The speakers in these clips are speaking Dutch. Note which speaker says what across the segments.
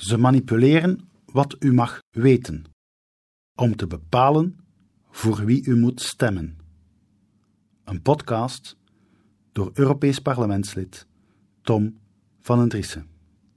Speaker 1: Ze manipuleren wat u mag weten, om te bepalen voor wie u moet stemmen. Een podcast door Europees Parlementslid Tom van den Driessen.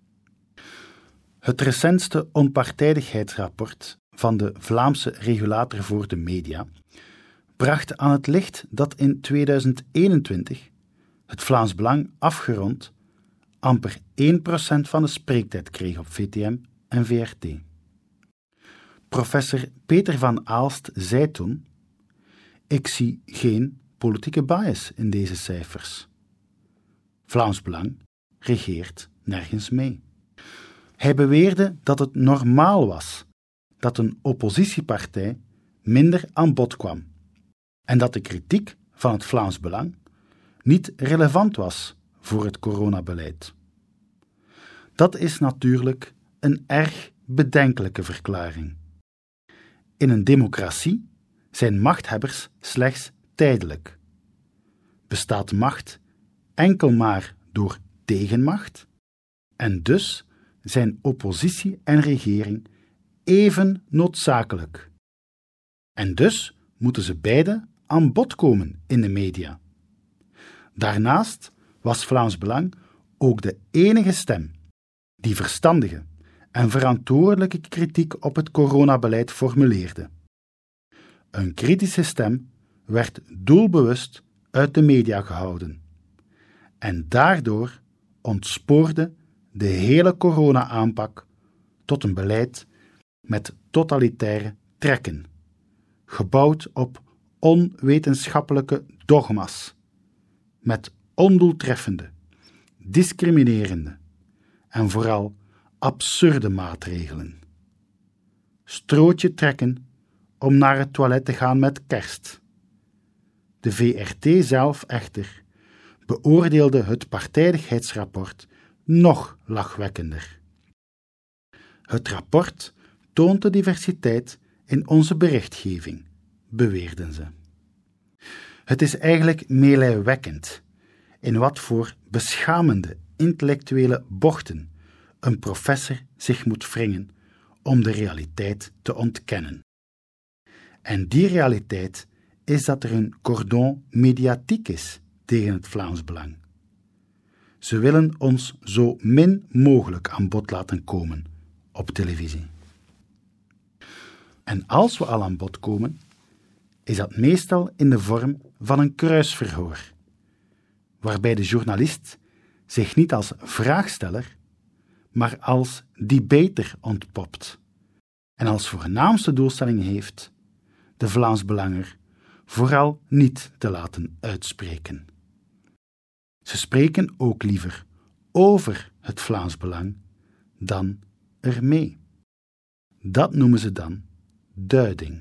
Speaker 1: Het recentste onpartijdigheidsrapport van de Vlaamse regulator voor de media bracht aan het licht dat in 2021 het Vlaams Belang afgerond amper 1% van de spreektijd kreeg op VTM en VRT. Professor Peter van Aalst zei toen: "Ik zie geen politieke bias in deze cijfers. Vlaams Belang regeert nergens mee." Hij beweerde dat het normaal was dat een oppositiepartij minder aan bod kwam en dat de kritiek van het Vlaams Belang niet relevant was voor het coronabeleid. Dat is natuurlijk een erg bedenkelijke verklaring. In een democratie zijn machthebbers slechts tijdelijk. Bestaat macht enkel maar door tegenmacht, en dus zijn oppositie en regering even noodzakelijk. En dus moeten ze beide aan bod komen in de media. Daarnaast was Vlaams Belang ook de enige stem die verstandige en verantwoordelijke kritiek op het coronabeleid formuleerde. Een kritische stem werd doelbewust uit de media gehouden. En daardoor ontspoorde de hele corona-aanpak tot een beleid met totalitaire trekken, gebouwd op onwetenschappelijke dogma's, met ondoeltreffende, discriminerende en vooral absurde maatregelen. Strootje trekken om naar het toilet te gaan met kerst. De VRT zelf echter beoordeelde het partijdigheidsrapport nog lachwekkender. Het rapport toont de diversiteit in onze berichtgeving, beweerden ze. Het is eigenlijk meelijwekkend in wat voor beschamende intellectuele bochten een professor zich moet wringen om de realiteit te ontkennen. En die realiteit is dat er een cordon médiatiek is tegen het Vlaams Belang. Ze willen ons zo min mogelijk aan bod laten komen op televisie. En als we al aan bod komen, is dat meestal in de vorm van een kruisverhoor, waarbij de journalist zich niet als vraagsteller, maar als debater ontpopt en als voornaamste doelstelling heeft de Vlaams Belanger vooral niet te laten uitspreken. Ze spreken ook liever over het Vlaams Belang dan ermee. Dat noemen ze dan duiding.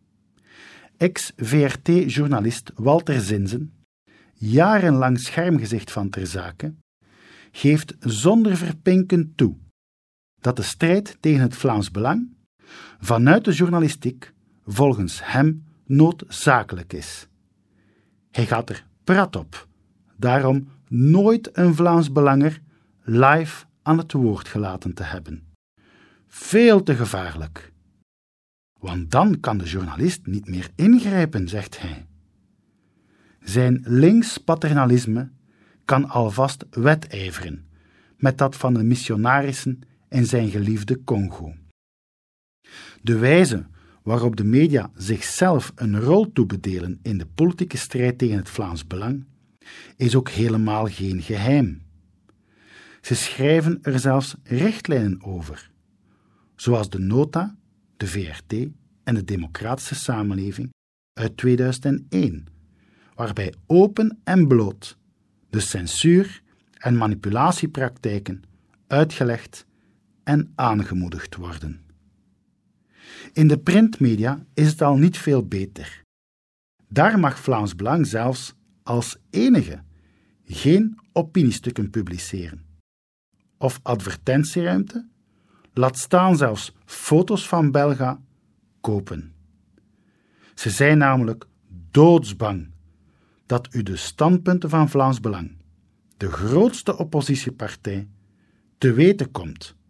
Speaker 1: Ex-VRT-journalist Walter Zinzen, jarenlang schermgezicht van ter zake, geeft zonder verpinken toe dat de strijd tegen het Vlaams Belang vanuit de journalistiek volgens hem noodzakelijk is. Hij gaat er prat op, daarom nooit een Vlaams Belanger live aan het woord gelaten te hebben. Veel te gevaarlijk. Want dan kan de journalist niet meer ingrijpen, zegt hij. Zijn links paternalisme kan alvast wedijveren met dat van de missionarissen in zijn geliefde Congo. De wijze waarop de media zichzelf een rol toebedelen in de politieke strijd tegen het Vlaams Belang is ook helemaal geen geheim. Ze schrijven er zelfs richtlijnen over, zoals de Nota, de VRT en de Democratische Samenleving uit 2001, waarbij open en bloot de censuur- en manipulatiepraktijken uitgelegd en aangemoedigd worden. In de printmedia is het al niet veel beter. Daar mag Vlaams Belang zelfs als enige geen opiniestukken publiceren of advertentieruimte, laat staan zelfs foto's van Belga, kopen. Ze zijn namelijk doodsbang dat u de standpunten van Vlaams Belang, de grootste oppositiepartij, te weten komt,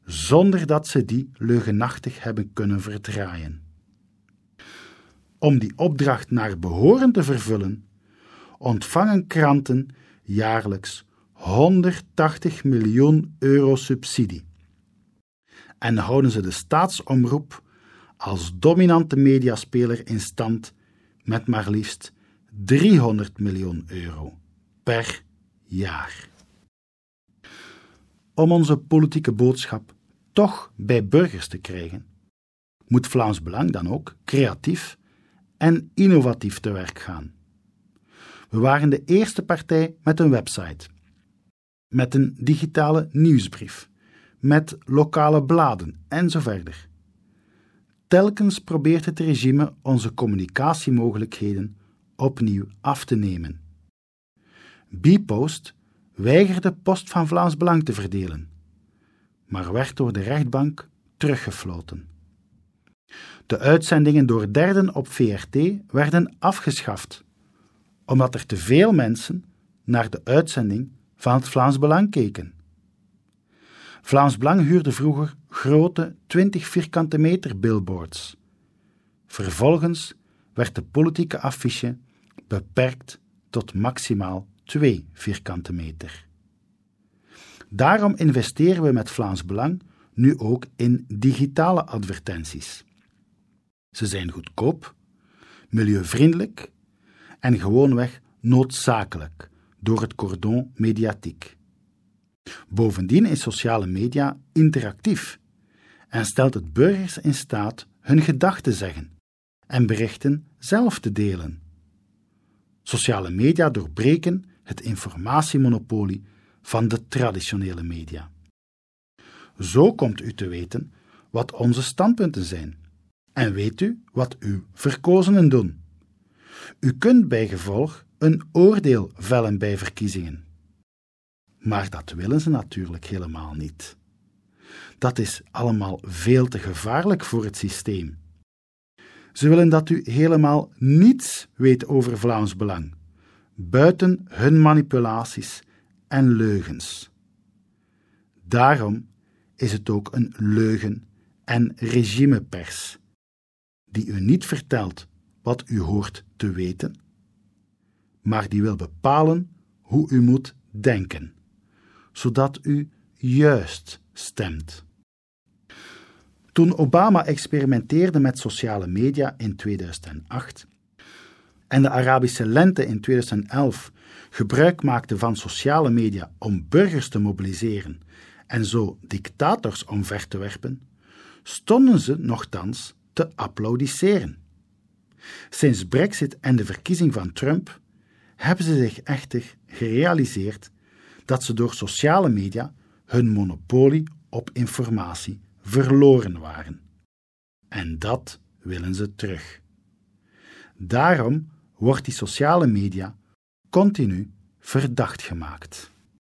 Speaker 1: zonder dat ze die leugenachtig hebben kunnen verdraaien. Om die opdracht naar behoren te vervullen, ontvangen kranten jaarlijks 180 miljoen euro subsidie en houden ze de staatsomroep als dominante mediaspeler in stand met maar liefst 300 miljoen euro per jaar. Om onze politieke boodschap toch bij burgers te krijgen, moet Vlaams Belang dan ook creatief en innovatief te werk gaan. We waren de eerste partij met een website, met een digitale nieuwsbrief, met lokale bladen en zo verder. Telkens probeert het regime onze communicatiemogelijkheden opnieuw af te nemen. Bpost weigerde Post van Vlaams Belang te verdelen, maar werd door de rechtbank teruggefloten. De uitzendingen door derden op VRT werden afgeschaft, omdat er te veel mensen naar de uitzending van het Vlaams Belang keken. Vlaams Belang huurde vroeger grote 20 vierkante meter billboards. Vervolgens werd de politieke affiche beperkt tot maximaal 2 vierkante meter. Daarom investeren we met Vlaams Belang nu ook in digitale advertenties. Ze zijn goedkoop, milieuvriendelijk en gewoonweg noodzakelijk door het cordon mediatiek. Bovendien is sociale media interactief en stelt het burgers in staat hun gedachten zeggen en berichten zelf te delen. Sociale media doorbreken het informatiemonopolie van de traditionele media. Zo komt u te weten wat onze standpunten zijn en weet u wat uw verkozenen doen. U kunt bijgevolg een oordeel vellen bij verkiezingen. Maar dat willen ze natuurlijk helemaal niet. Dat is allemaal veel te gevaarlijk voor het systeem. Ze willen dat u helemaal niets weet over Vlaams Belang, buiten hun manipulaties en leugens. Daarom is het ook een leugen- en regimepers, die u niet vertelt wat u hoort te weten, maar die wil bepalen hoe u moet denken, zodat u juist stemt. Toen Obama experimenteerde met sociale media in 2008 en de Arabische lente in 2011 gebruik maakte van sociale media om burgers te mobiliseren en zo dictators omver te werpen, stonden ze nochtans te applaudisseren. Sinds Brexit en de verkiezing van Trump hebben ze zich echter gerealiseerd dat ze door sociale media hun monopolie op informatie verloren waren. En dat willen ze terug. Daarom wordt die sociale media continu verdacht gemaakt.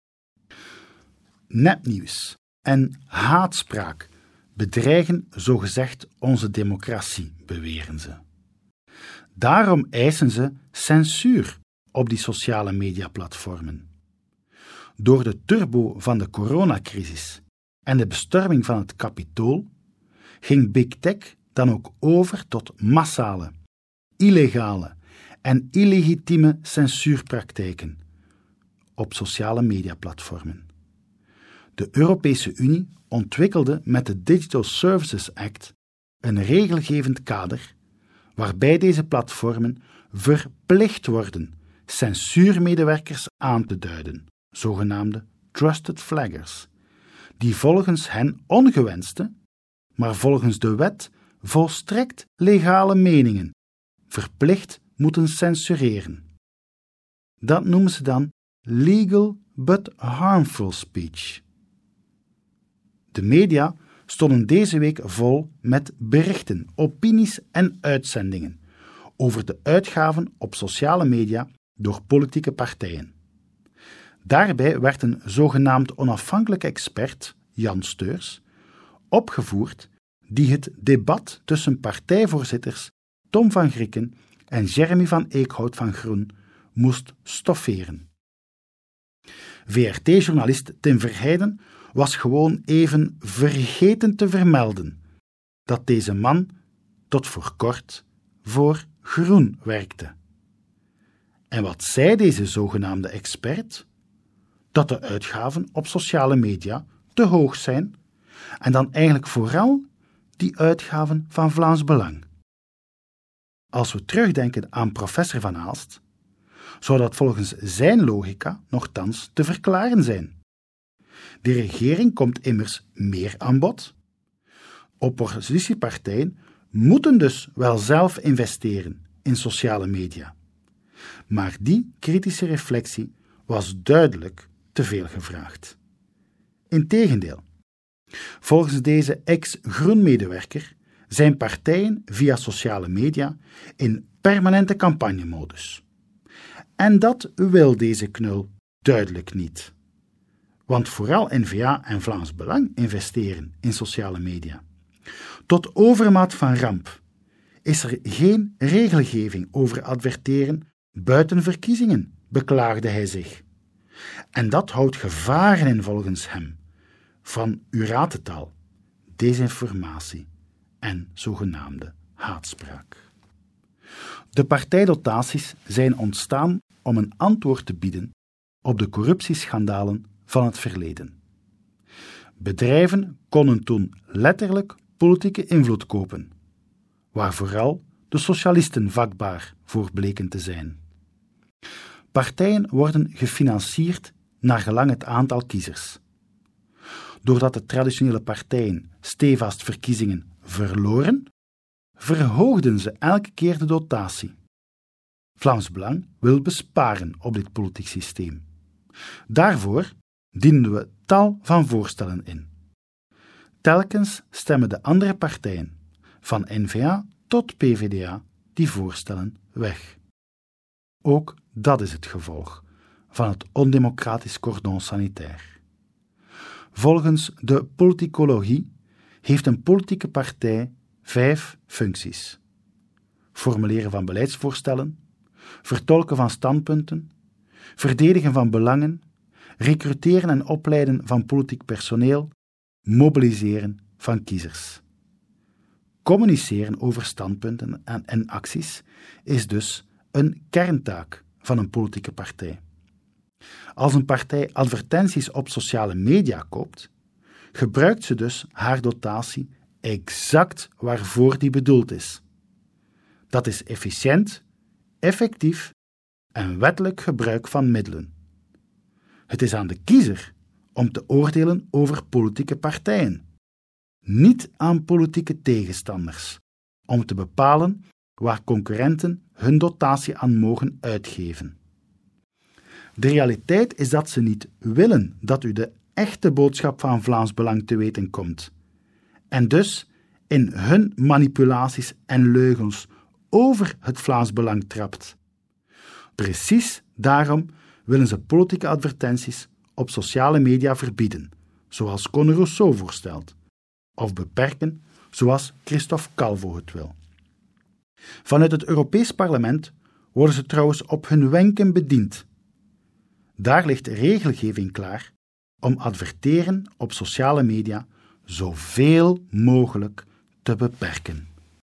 Speaker 1: Nepnieuws en haatspraak bedreigen zogezegd onze democratie, beweren ze. Daarom eisen ze censuur op die sociale mediaplatformen. Door de turbo van de coronacrisis en de bestorming van het Capitool ging Big Tech dan ook over tot massale, illegale en illegitieme censuurpraktijken op sociale mediaplatformen. De Europese Unie ontwikkelde met de Digital Services Act een regelgevend kader waarbij deze platformen verplicht worden censuurmedewerkers aan te duiden, zogenaamde trusted flaggers, die volgens hen ongewenste, maar volgens de wet volstrekt legale meningen verplicht moeten censureren. Dat noemen ze dan legal but harmful speech. De media stonden deze week vol met berichten, opinies en uitzendingen over de uitgaven op sociale media door politieke partijen. Daarbij werd een zogenaamd onafhankelijke expert, Jan Steurs, opgevoerd die het debat tussen partijvoorzitters Tom van Grieken en Jeremy van Eekhout van Groen moest stofferen. VRT-journalist Tim Verheijden was gewoon even vergeten te vermelden dat deze man tot voor kort voor Groen werkte. En wat zei deze zogenaamde expert? Dat de uitgaven op sociale media te hoog zijn en dan eigenlijk vooral die uitgaven van Vlaams Belang. Als we terugdenken aan professor Van Aalst, zou dat volgens zijn logica nochtans te verklaren zijn. De regering komt immers meer aan bod. Oppositiepartijen moeten dus wel zelf investeren in sociale media. Maar die kritische reflectie was duidelijk te veel gevraagd. Integendeel, volgens deze ex-Groen-medewerker zijn partijen via sociale media in permanente campagnemodus. En dat wil deze knul duidelijk niet. Want vooral N-VA en Vlaams Belang investeren in sociale media. Tot overmaat van ramp is er geen regelgeving over adverteren buiten verkiezingen, beklaagde hij zich. En dat houdt gevaren in volgens hem van, u raadt het al, desinformatie en zogenaamde haatspraak. De partijdotaties zijn ontstaan om een antwoord te bieden op de corruptieschandalen van het verleden. Bedrijven konden toen letterlijk politieke invloed kopen, waar vooral de socialisten vatbaar voor bleken te zijn. Partijen worden gefinancierd naar gelang het aantal kiezers. Doordat de traditionele partijen stevast verkiezingen verloren, verhoogden ze elke keer de dotatie. Vlaams Belang wil besparen op dit politiek systeem. Daarvoor dienen we tal van voorstellen in. Telkens stemmen de andere partijen, van N-VA tot PvdA, die voorstellen weg. Ook dat is het gevolg van het ondemocratisch cordon sanitair. Volgens de politicologie heeft een politieke partij 5 functies: formuleren van beleidsvoorstellen, vertolken van standpunten, verdedigen van belangen, recruteren en opleiden van politiek personeel, mobiliseren van kiezers. Communiceren over standpunten en acties is dus een kerntaak van een politieke partij. Als een partij advertenties op sociale media koopt, gebruikt ze dus haar dotatie exact waarvoor die bedoeld is. Dat is efficiënt, effectief en wettelijk gebruik van middelen. Het is aan de kiezer om te oordelen over politieke partijen, niet aan politieke tegenstanders, om te bepalen waar concurrenten hun dotatie aan mogen uitgeven. De realiteit is dat ze niet willen dat u de echte boodschap van Vlaams Belang te weten komt, en dus in hun manipulaties en leugens over het Vlaams Belang trapt. Precies daarom willen ze politieke advertenties op sociale media verbieden, zoals Conor Rousseau voorstelt, of beperken, zoals Christophe Calvo het wil. Vanuit het Europees Parlement worden ze trouwens op hun wenken bediend. Daar ligt regelgeving klaar om adverteren op sociale media zoveel mogelijk te beperken.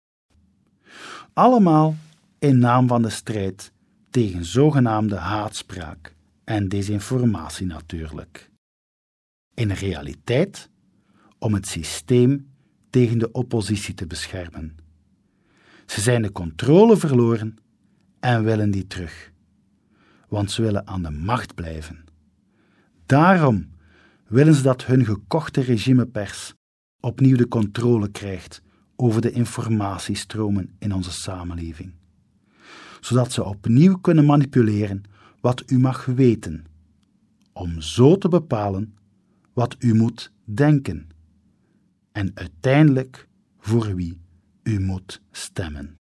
Speaker 1: Allemaal in naam van de strijd tegen zogenaamde haatspraak en desinformatie natuurlijk. In realiteit om het systeem tegen de oppositie te beschermen. Ze zijn de controle verloren en willen die terug, want ze willen aan de macht blijven. Daarom willen ze dat hun gekochte regimepers opnieuw de controle krijgt over de informatiestromen in onze samenleving, zodat ze opnieuw kunnen manipuleren wat u mag weten, om zo te bepalen wat u moet denken en uiteindelijk voor wie u moet stemmen.